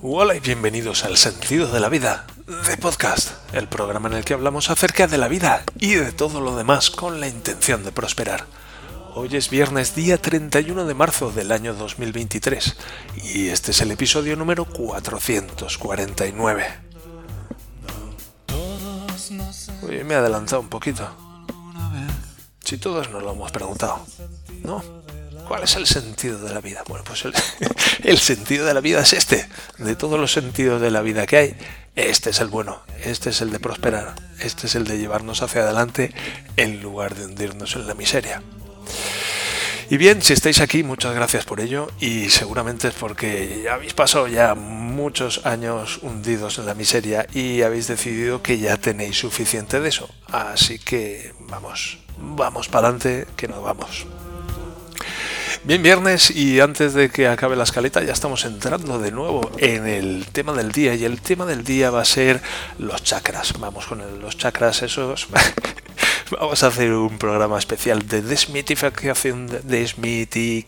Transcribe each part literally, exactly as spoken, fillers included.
Hola y bienvenidos al Sentido de la Vida de Podcast, el programa en el que hablamos acerca de la vida y de todo lo demás con la intención de prosperar. Hoy es viernes día treinta y uno de marzo del año dos mil veintitrés y este es el episodio número cuatrocientos cuarenta y nueve. Oye, me he adelantado un poquito. Si todos nos lo hemos preguntado, ¿no? ¿Cuál es el sentido de la vida? Bueno, pues el, el sentido de la vida es este. De todos los sentidos de la vida que hay, este es el bueno, este es el de prosperar, este es el de llevarnos hacia adelante en lugar de hundirnos en la miseria. Y bien, si estáis aquí, muchas gracias por ello y seguramente es porque habéis pasado ya muchos años hundidos en la miseria y habéis decidido que ya tenéis suficiente de eso. Así que vamos, vamos para adelante, que nos vamos. Bien, viernes, y antes de que acabe la escaleta ya estamos entrando de nuevo en el tema del día, y el tema del día va a ser los chakras. Vamos con el, los chakras esos. Vamos a hacer un programa especial de desmitificación, de desmiti...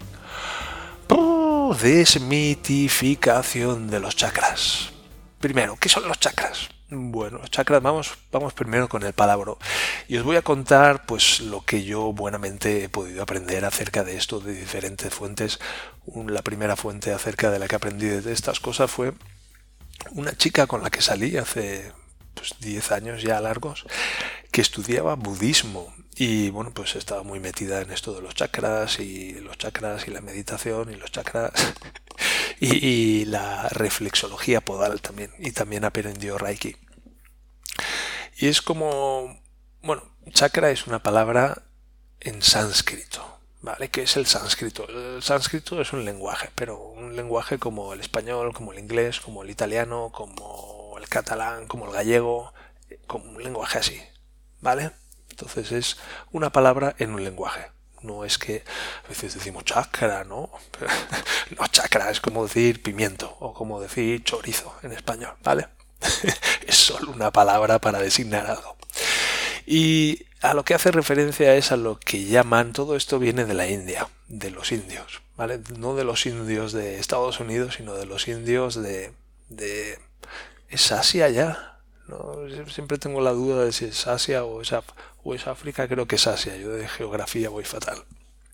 oh, desmitificación de los chakras. Primero, ¿qué son los chakras? Bueno, los chakras, vamos, vamos primero con el palabra. Y os voy a contar pues lo que yo buenamente he podido aprender acerca de esto de diferentes fuentes. La primera fuente acerca de la que aprendí de estas cosas fue una chica con la que salí hace pues, diez años ya largos, que estudiaba budismo. Y bueno, pues estaba muy metida en esto de los chakras y los chakras y la meditación y los chakras y, y la reflexología podal también. Y también aprendió Reiki. Y es como, bueno, chakra es una palabra en sánscrito, ¿vale? ¿Qué es el sánscrito? El sánscrito es un lenguaje, pero un lenguaje como el español, como el inglés, como el italiano, como el catalán, como el gallego, como un lenguaje así, ¿vale? Entonces es una palabra en un lenguaje. No es que a veces decimos chakra, ¿no? No, chakra es como decir pimiento o como decir chorizo en español, ¿vale? Es solo una palabra para designar algo. Y a lo que hace referencia es a lo que llaman, todo esto viene de la India, de los indios, ¿vale? No de los indios de Estados Unidos, sino de los indios de... de ¿es Asia ya? No, siempre tengo la duda de si es Asia o es, o es África, creo que es Asia, yo de geografía voy fatal.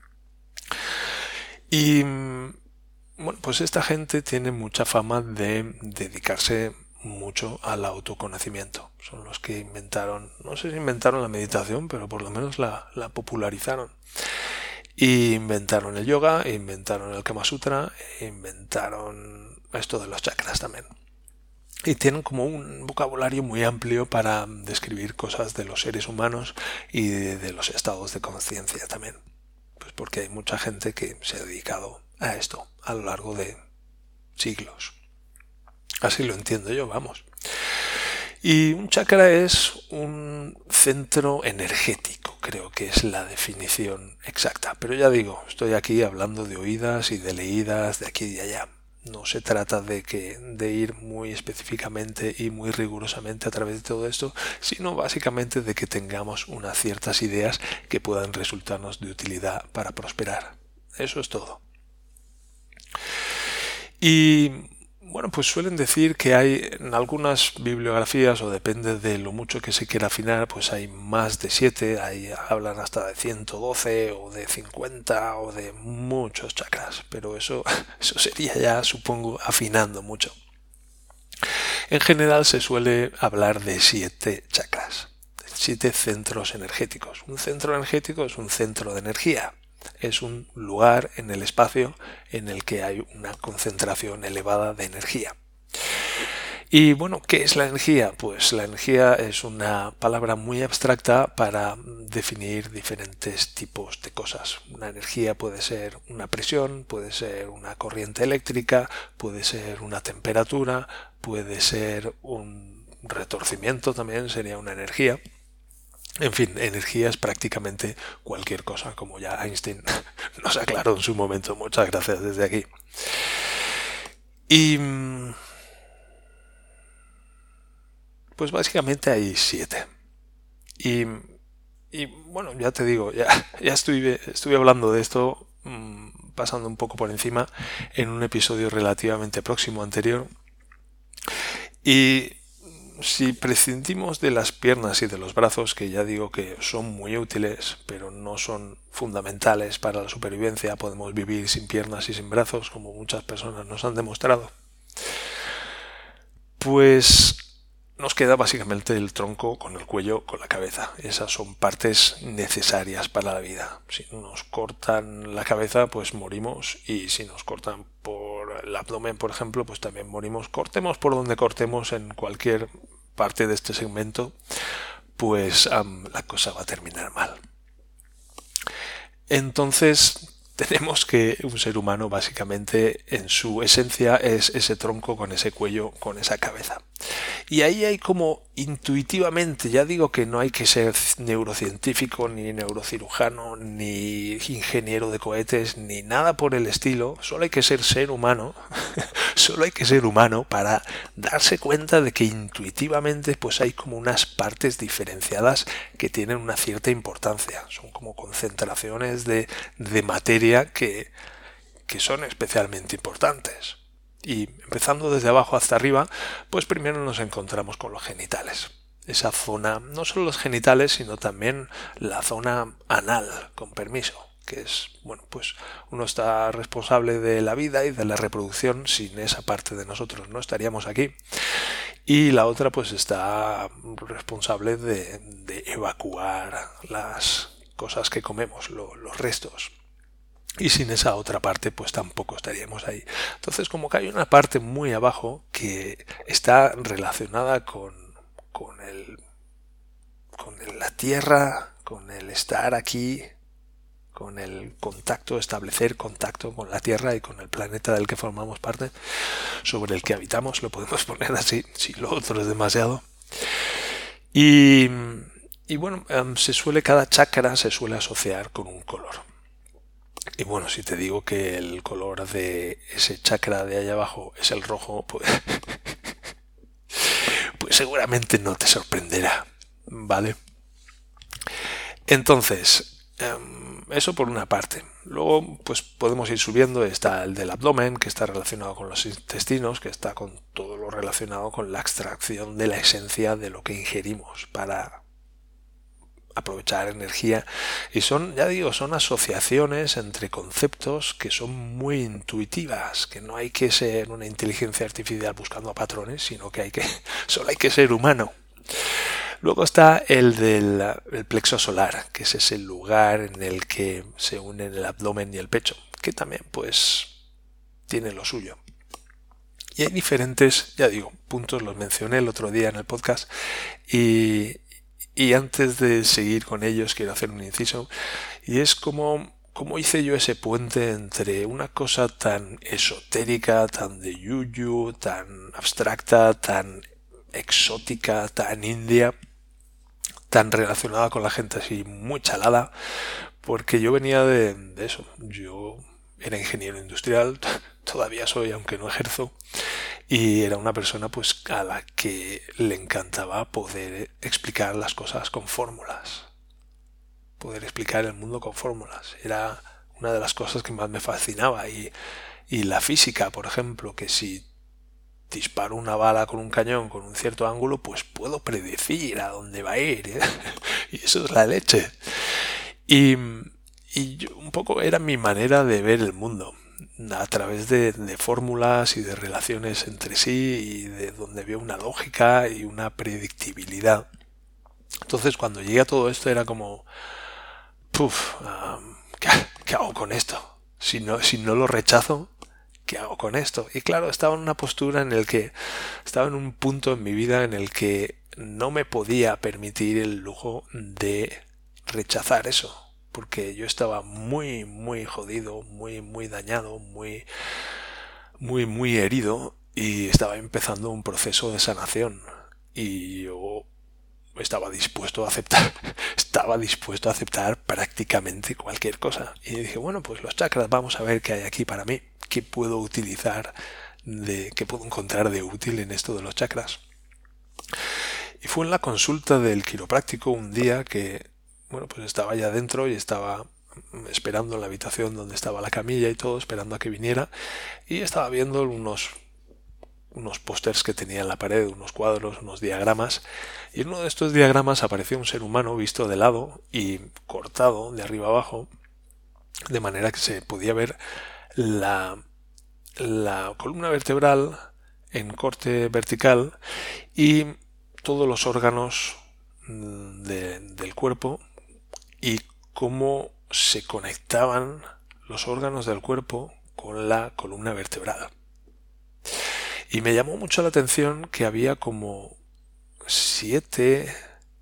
Y bueno, pues esta gente tiene mucha fama de dedicarse mucho al autoconocimiento. Son los que inventaron, no sé si inventaron la meditación, pero por lo menos la, la popularizaron. Y inventaron el yoga, inventaron el Kama Sutra, inventaron esto de los chakras también. Y tienen como un vocabulario muy amplio para describir cosas de los seres humanos y de, de los estados de conciencia también. Pues porque hay mucha gente que se ha dedicado a esto a lo largo de siglos. Así lo entiendo yo, vamos. Y un chakra es un centro energético, creo que es la definición exacta. Pero ya digo, estoy aquí hablando de oídas y de leídas de aquí y de allá. No se trata de que de ir muy específicamente y muy rigurosamente a través de todo esto, sino básicamente de que tengamos unas ciertas ideas que puedan resultarnos de utilidad para prosperar. Eso es todo. Y bueno, pues suelen decir que hay en algunas bibliografías, o depende de lo mucho que se quiera afinar, pues hay más de siete, hay, hablan hasta de ciento doce o de cincuenta o de muchos chakras, pero eso, eso sería ya, supongo, afinando mucho. En general se suele hablar de siete chakras, siete centros energéticos. Un centro energético es un centro de energía. Es un lugar en el espacio en el que hay una concentración elevada de energía. Y bueno, ¿qué es la energía? Pues la energía es una palabra muy abstracta para definir diferentes tipos de cosas. Una energía puede ser una presión, puede ser una corriente eléctrica, puede ser una temperatura, puede ser un retorcimiento, también sería una energía. En fin, energía es prácticamente cualquier cosa, como ya Einstein nos aclaró en su momento. Muchas gracias desde aquí. Y pues básicamente hay siete. Y, y bueno, ya te digo, ya, ya estuve, estuve hablando de esto, mmm, pasando un poco por encima, en un episodio relativamente próximo anterior. Y si prescindimos de las piernas y de los brazos, que ya digo que son muy útiles, pero no son fundamentales para la supervivencia, podemos vivir sin piernas y sin brazos, como muchas personas nos han demostrado, pues nos queda básicamente el tronco con el cuello, con la cabeza. Esas son partes necesarias para la vida. Si nos cortan la cabeza, pues morimos, y si nos cortan por el abdomen, por ejemplo, pues también morimos. Cortemos por donde cortemos en cualquier parte de este segmento, pues um, la cosa va a terminar mal. Entonces tenemos que un ser humano básicamente en su esencia es ese tronco con ese cuello, con esa cabeza. Y ahí hay como intuitivamente, ya digo que no hay que ser neurocientífico, ni neurocirujano, ni ingeniero de cohetes, ni nada por el estilo, solo hay que ser ser humano, solo hay que ser humano para darse cuenta de que intuitivamente pues hay como unas partes diferenciadas que tienen una cierta importancia, son como concentraciones de, de materia que, que son especialmente importantes. Y empezando desde abajo hasta arriba, pues primero nos encontramos con los genitales. Esa zona, no solo los genitales, sino también la zona anal, con permiso, que es, bueno, pues uno está responsable de la vida y de la reproducción. Sin esa parte de nosotros no estaríamos aquí. Y la otra pues está responsable de, de evacuar las cosas que comemos, lo, los restos. Y sin esa otra parte pues tampoco estaríamos ahí. Entonces como que hay una parte muy abajo que está relacionada con, con, el, con el, la tierra, con el estar aquí, con el contacto, establecer contacto con la tierra y con el planeta del que formamos parte, sobre el que habitamos, lo podemos poner así, si lo otro es demasiado. Y, y bueno, se suele, cada chakra se suele asociar con un color. Y bueno, si te digo que el color de ese chakra de allá abajo es el rojo, pues, pues seguramente no te sorprenderá, ¿vale? Entonces, eso por una parte. Luego, pues podemos ir subiendo. Está el del abdomen, que está relacionado con los intestinos, que está con todo lo relacionado con la extracción de la esencia de lo que ingerimos para aprovechar energía. Y son, ya digo, son asociaciones entre conceptos que son muy intuitivas, que no hay que ser una inteligencia artificial buscando patrones, sino que hay que, solo hay que ser humano. Luego está el del el plexo solar, que es ese lugar en el que se unen el abdomen y el pecho, que también pues tiene lo suyo. Y hay diferentes, ya digo, puntos, los mencioné el otro día en el podcast, y, y antes de seguir con ellos quiero hacer un inciso, y es como, como hice yo ese puente entre una cosa tan esotérica, tan de yuyu, tan abstracta, tan exótica, tan india, tan relacionada con la gente así muy chalada, porque yo venía de, de eso. Yo era ingeniero industrial, todavía soy, aunque no ejerzo, y era una persona pues a la que le encantaba poder explicar las cosas con fórmulas, poder explicar el mundo con fórmulas. Era una de las cosas que más me fascinaba. Y, y la física, por ejemplo, que si disparo una bala con un cañón con un cierto ángulo, pues puedo predecir a dónde va a ir, ¿eh? Y eso es la leche. Y, y yo, un poco era mi manera de ver el mundo, a través de, de fórmulas y de relaciones entre sí, y de donde veo una lógica y una predictibilidad. Entonces cuando llegué a todo esto era como, puf, um, ¿qué, ¿qué hago con esto? Si no, si no lo rechazo, ¿qué hago con esto? Y claro, estaba en una postura en el que estaba en un punto en mi vida en el que no me podía permitir el lujo de rechazar eso, porque yo estaba muy muy jodido, muy muy dañado, muy muy muy herido, y estaba empezando un proceso de sanación, y yo estaba dispuesto a aceptar estaba dispuesto a aceptar prácticamente cualquier cosa. Y dije, bueno, pues los chakras, vamos a ver qué hay aquí para mí, qué puedo utilizar, de qué puedo encontrar de útil en esto de los chakras. Y fue en la consulta del quiropráctico un día que, bueno, pues estaba ya dentro y estaba esperando en la habitación donde estaba la camilla y todo, esperando a que viniera, y estaba viendo unos unos pósters que tenía en la pared, unos cuadros, unos diagramas, y en uno de estos diagramas apareció un ser humano visto de lado y cortado de arriba abajo, de manera que se podía ver la, la columna vertebral en corte vertical y todos los órganos de, del cuerpo y cómo se conectaban los órganos del cuerpo con la columna vertebral. Y me llamó mucho la atención que había como siete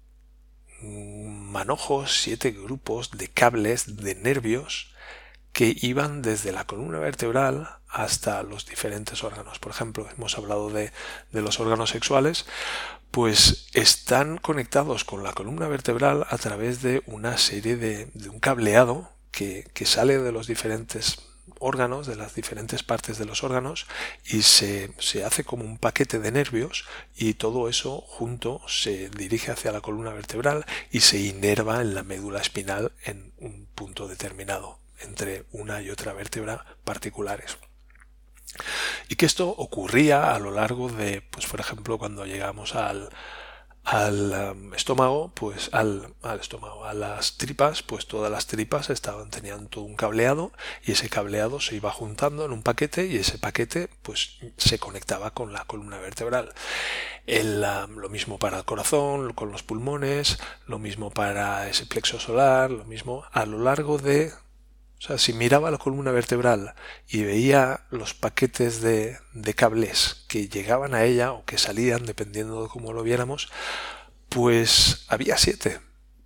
manojos, siete grupos de cables, de nervios que iban desde la columna vertebral hasta los diferentes órganos. Por ejemplo, hemos hablado de, de los órganos sexuales, pues están conectados con la columna vertebral a través de una serie de, de un cableado que, que sale de los diferentes órganos, de las diferentes partes de los órganos, y se, se hace como un paquete de nervios, y todo eso junto se dirige hacia la columna vertebral y se inerva en la médula espinal en un punto determinado entre una y otra vértebra particulares. Y que esto ocurría a lo largo de, pues por ejemplo, cuando llegamos al, al um, estómago, pues al, al estómago, a las tripas, pues todas las tripas estaban, tenían todo un cableado, y ese cableado se iba juntando en un paquete, y ese paquete pues se conectaba con la columna vertebral. El, um, lo mismo para el corazón, con los pulmones, lo mismo para ese plexo solar, lo mismo a lo largo de... O sea, si miraba la columna vertebral y veía los paquetes de, de cables que llegaban a ella o que salían, dependiendo de cómo lo viéramos, pues había siete.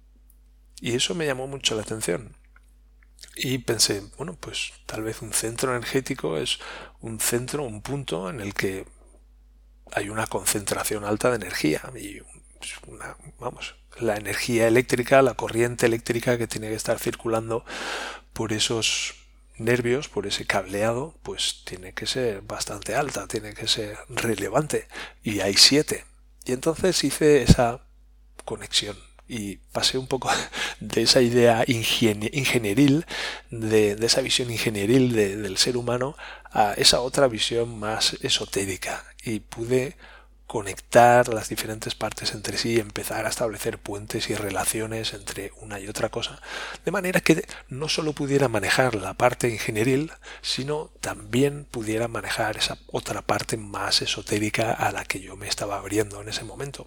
Y eso me llamó mucho la atención. Y pensé, bueno, pues tal vez un centro energético es un centro, un punto en el que hay una concentración alta de energía. Y una, vamos, la energía eléctrica, la corriente eléctrica que tiene que estar circulando por esos nervios, por ese cableado, pues tiene que ser bastante alta, tiene que ser relevante, y hay siete. Y entonces hice esa conexión y pasé un poco de esa idea ingenie- ingenieril, de, de esa visión ingenieril de, del ser humano, a esa otra visión más esotérica, y pude conectar las diferentes partes entre sí y empezar a establecer puentes y relaciones entre una y otra cosa, de manera que no solo pudiera manejar la parte ingenieril, sino también pudiera manejar esa otra parte más esotérica a la que yo me estaba abriendo en ese momento.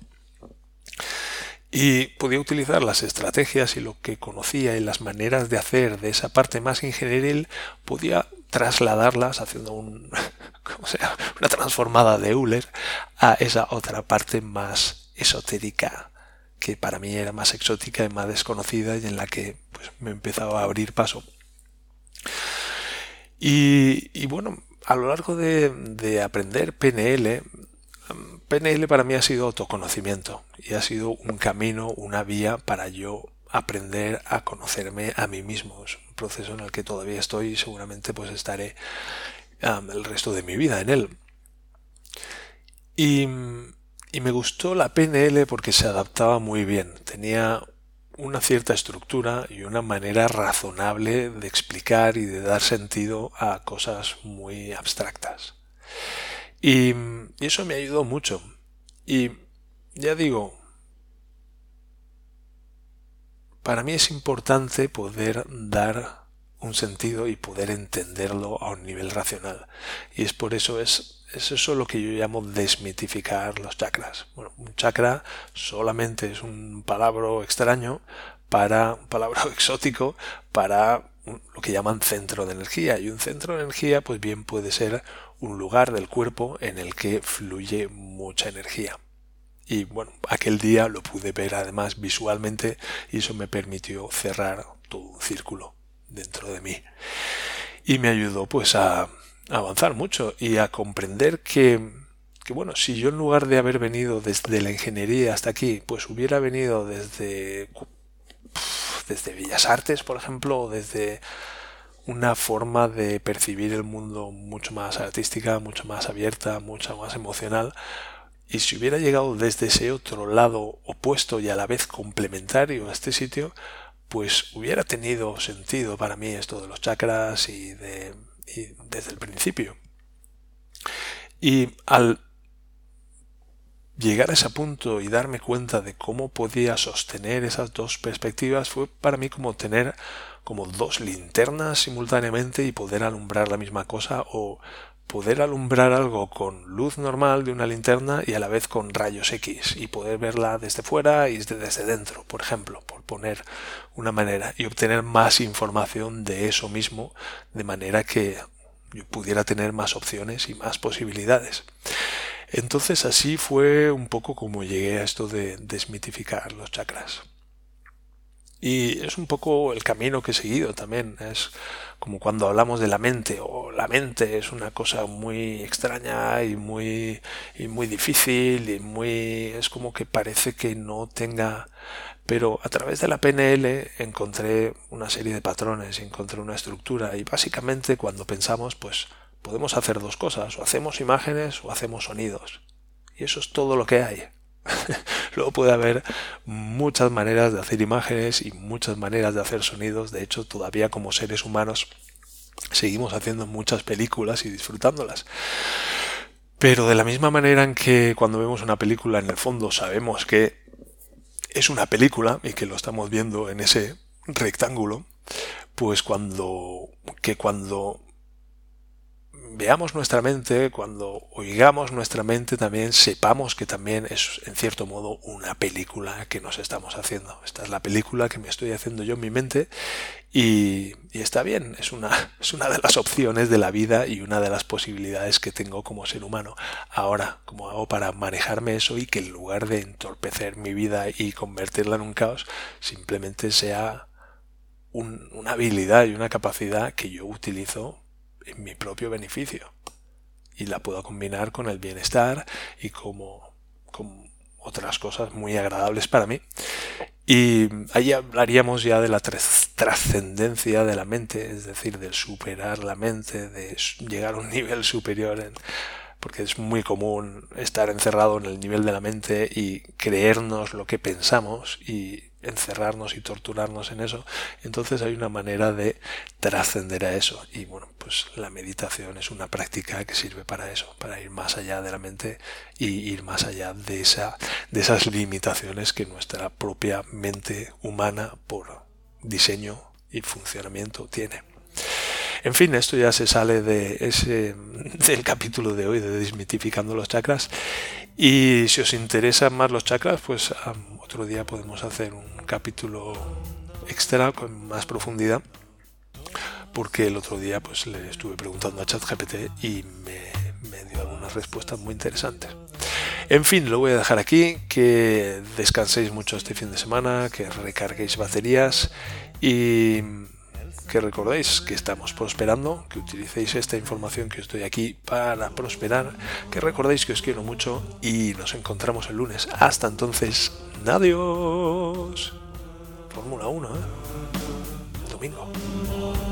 Y podía utilizar las estrategias y lo que conocía y las maneras de hacer de esa parte más ingenieril, podía trasladarlas haciendo un, ¿cómo se llama? Una transformada de Euler a esa otra parte más esotérica, que para mí era más exótica y más desconocida, y en la que pues, me empezaba a abrir paso. Y, y bueno, a lo largo de, de aprender P N L, P N L para mí ha sido autoconocimiento, y ha sido un camino, una vía para yo aprender a conocerme a mí mismo. Es un proceso en el que todavía estoy, y seguramente pues estaré um, el resto de mi vida en él. Y, y me gustó la P N L porque se adaptaba muy bien. Tenía una cierta estructura y una manera razonable de explicar y de dar sentido a cosas muy abstractas. Y, y eso me ayudó mucho. Y ya digo, para mí es importante poder dar un sentido y poder entenderlo a un nivel racional. Y es por eso, es, es eso lo que yo llamo desmitificar los chakras. Bueno, un chakra solamente es un palabra extraño para, un palabra exótico para lo que llaman centro de energía. Y un centro de energía, pues bien puede ser un lugar del cuerpo en el que fluye mucha energía. Y bueno, aquel día lo pude ver además visualmente, y eso me permitió cerrar todo un círculo dentro de mí. Y me ayudó pues a, a avanzar mucho y a comprender que, que bueno, si yo en lugar de haber venido desde la ingeniería hasta aquí, pues hubiera venido desde, desde Bellas Artes, por ejemplo, o desde una forma de percibir el mundo mucho más artística, mucho más abierta, mucho más emocional, y si hubiera llegado desde ese otro lado opuesto y a la vez complementario a este sitio, pues hubiera tenido sentido para mí esto de los chakras y, de, y desde el principio. Y al llegar a ese punto y darme cuenta de cómo podía sostener esas dos perspectivas fue para mí como tener como dos linternas simultáneamente y poder alumbrar la misma cosa, o poder alumbrar algo con luz normal de una linterna y a la vez con rayos X y poder verla desde fuera y desde dentro, por ejemplo, por poner una manera, y obtener más información de eso mismo, de manera que yo pudiera tener más opciones y más posibilidades. Entonces así fue un poco como llegué a esto de desmitificar los chakras. Y es un poco el camino que he seguido también. Es como cuando hablamos de la mente, o la mente es una cosa muy extraña y muy, y muy difícil y muy... es como que parece que no tenga... Pero a través de la P N L encontré una serie de patrones, encontré una estructura, y básicamente cuando pensamos pues podemos hacer dos cosas: o hacemos imágenes o hacemos sonidos. Y eso es todo lo que hay. Luego puede haber muchas maneras de hacer imágenes y muchas maneras de hacer sonidos. De hecho, todavía como seres humanos seguimos haciendo muchas películas y disfrutándolas. Pero de la misma manera en que cuando vemos una película, en el fondo sabemos que es una película y que lo estamos viendo en ese rectángulo, pues cuando que cuando veamos nuestra mente, cuando oigamos nuestra mente, también sepamos que también es en cierto modo una película que nos estamos haciendo. Esta es la película que me estoy haciendo yo en mi mente, y, y está bien, es una, es una de las opciones de la vida y una de las posibilidades que tengo como ser humano. Ahora, ¿cómo hago para manejarme eso y que en lugar de entorpecer mi vida y convertirla en un caos, simplemente sea un, una habilidad y una capacidad que yo utilizo en mi propio beneficio, y la puedo combinar con el bienestar y como con otras cosas muy agradables para mí? Y ahí hablaríamos ya de la trascendencia de la mente, es decir, del superar la mente, de llegar a un nivel superior, en, porque es muy común estar encerrado en el nivel de la mente y creernos lo que pensamos y encerrarnos y torturarnos en eso. Entonces hay una manera de trascender a eso, y bueno, pues la meditación es una práctica que sirve para eso, para ir más allá de la mente y ir más allá de esa de esas limitaciones que nuestra propia mente humana por diseño y funcionamiento tiene. En fin, esto ya se sale de ese del capítulo de hoy de Desmitificando los chakras, y si os interesan más los chakras, pues um, otro día podemos hacer un capítulo extra con más profundidad, porque el otro día pues le estuve preguntando a ChatGPT y me, me dio algunas respuestas muy interesantes. En fin, lo voy a dejar aquí, que descanséis mucho este fin de semana, que recarguéis baterías y que recordéis que estamos prosperando, que utilicéis esta información que os doy aquí para prosperar, que recordéis que os quiero mucho y nos encontramos el lunes. Hasta entonces, adiós. Fórmula uno, ¿eh? El domingo.